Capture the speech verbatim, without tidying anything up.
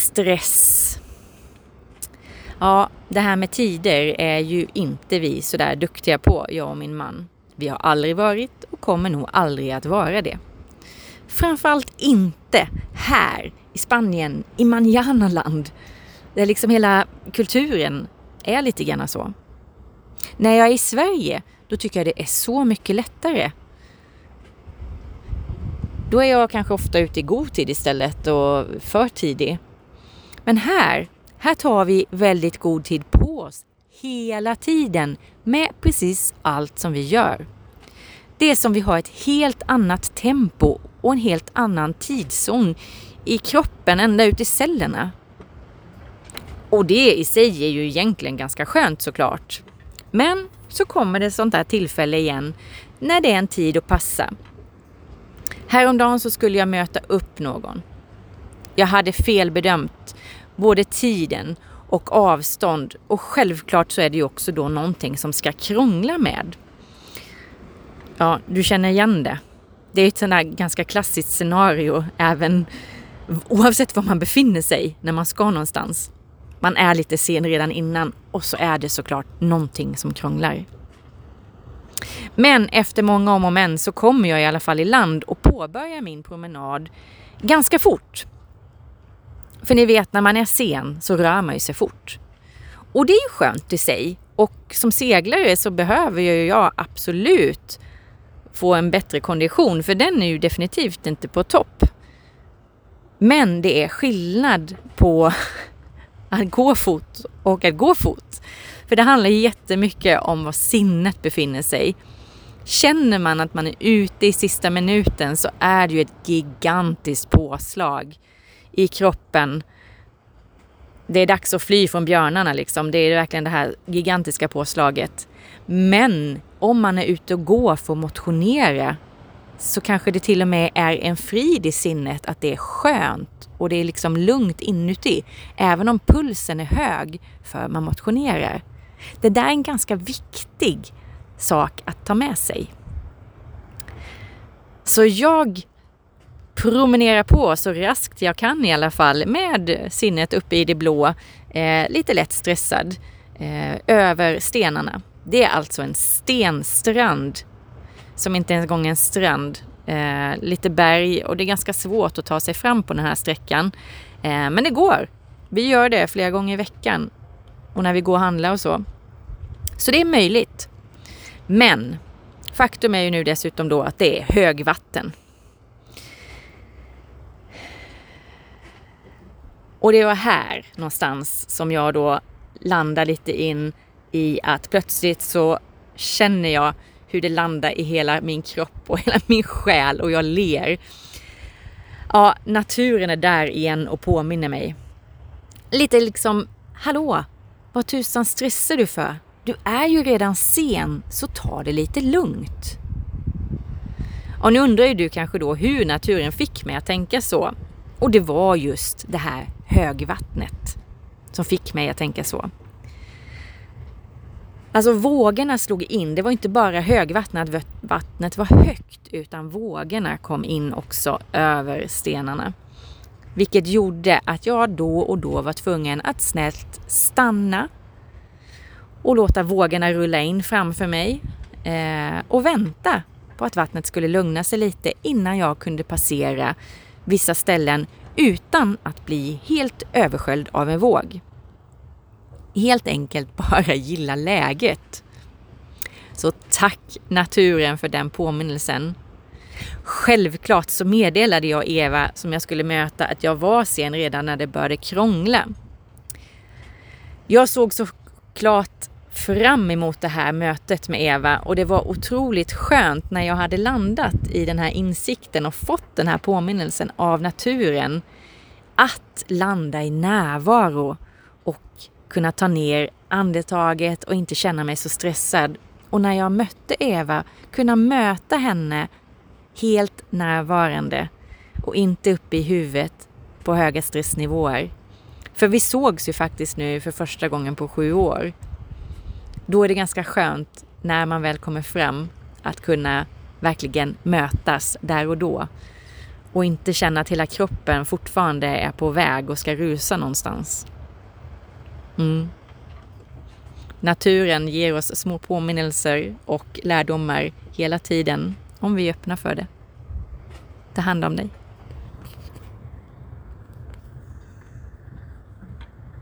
stress. Ja, det här med tider är ju inte vi så där duktiga på, jag och min man. Vi har aldrig varit och kommer nog aldrig att vara det. Framförallt inte här i Spanien, i Manjanaland. Där liksom hela kulturen är lite grann så. När jag är i Sverige, då tycker jag det är så mycket lättare. Då är jag kanske ofta ute i god tid istället och för tidig. Men här, här tar vi väldigt god tid på oss hela tiden med precis allt som vi gör. Det är som vi har ett helt annat tempo och en helt annan tidszon i kroppen ända ut i cellerna. Och det i sig är ju egentligen ganska skönt såklart. Men så kommer det sånt där tillfälle igen när det är en tid att passa. Häromdagen så skulle jag möta upp någon. Jag hade felbedömt både tiden och avstånd och självklart så är det ju också då någonting som ska krångla med. Ja, du känner igen det. Det är ett sådant här ganska klassiskt scenario även oavsett var man befinner sig när man ska någonstans. Man är lite sen redan innan och så är det såklart någonting som krånglar. Men efter många om och men så kommer jag i alla fall i land och påbörjar min promenad ganska fort. För ni vet, när man är sen så rör man ju sig fort. Och det är ju skönt i sig. Och som seglare så behöver ju jag absolut få en bättre kondition. För den är ju definitivt inte på topp. Men det är skillnad på att gå fort och att gå fort. För det handlar jättemycket om var sinnet befinner sig. Känner man att man är ute i sista minuten så är det ju ett gigantiskt påslag i kroppen. Det är dags att fly från björnarna liksom. Det är verkligen det här gigantiska påslaget. Men om man är ute och går för att motionera så kanske det till och med är en frid i sinnet att det är skönt och det är liksom lugnt inuti. Även om pulsen är hög för man motionerar. Det där är en ganska viktig sak att ta med sig. Så jag promenerar på så raskt jag kan i alla fall med sinnet uppe i det blå, eh, lite lätt stressad, eh, över stenarna. Det är alltså en stenstrand som inte ens gång en strand, eh, lite berg och det är ganska svårt att ta sig fram på den här sträckan. Eh, men det går. Vi gör det flera gånger i veckan och när vi går och handlar och så. Så det är möjligt. Men faktum är ju nu dessutom då att det är högvatten. Och det var här någonstans som jag då landar lite in i att plötsligt så känner jag hur det landar i hela min kropp och hela min själ och jag ler. Ja, naturen är där igen och påminner mig. Lite liksom, hallå, vad tusan stressar du för? Du är ju redan sen, så ta det lite lugnt. Och nu undrar ju du kanske då hur naturen fick mig att tänka så. Och det var just det här högvattnet som fick mig att tänka så. Alltså vågorna slog in. Det var inte bara högvattnet, vattnet var högt, utan vågorna kom in också över stenarna. Vilket gjorde att jag då och då var tvungen att snällt stanna och låta vågorna rulla in framför mig eh, och vänta på att vattnet skulle lugna sig lite innan jag kunde passera vissa ställen utan att bli helt översköljd av en våg. Helt enkelt bara gilla läget. Så tack naturen för den påminnelsen. Självklart så meddelade jag Eva som jag skulle möta att jag var sen redan när det började krångla. Jag såg så klart fram emot det här mötet med Eva och det var otroligt skönt när jag hade landat i den här insikten och fått den här påminnelsen av naturen att landa i närvaro och kunna ta ner andetaget och inte känna mig så stressad. Och när jag mötte Eva, kunna möta henne helt närvarande och inte uppe i huvudet på höga stressnivåer. För vi sågs ju faktiskt nu för första gången på sju år. Då är det ganska skönt när man väl kommer fram att kunna verkligen mötas där och då. och inte känna att hela kroppen fortfarande är på väg och ska rusa någonstans. Mm. Naturen ger oss små påminnelser och lärdomar hela tiden om vi är öppna för det. Ta hand om dig.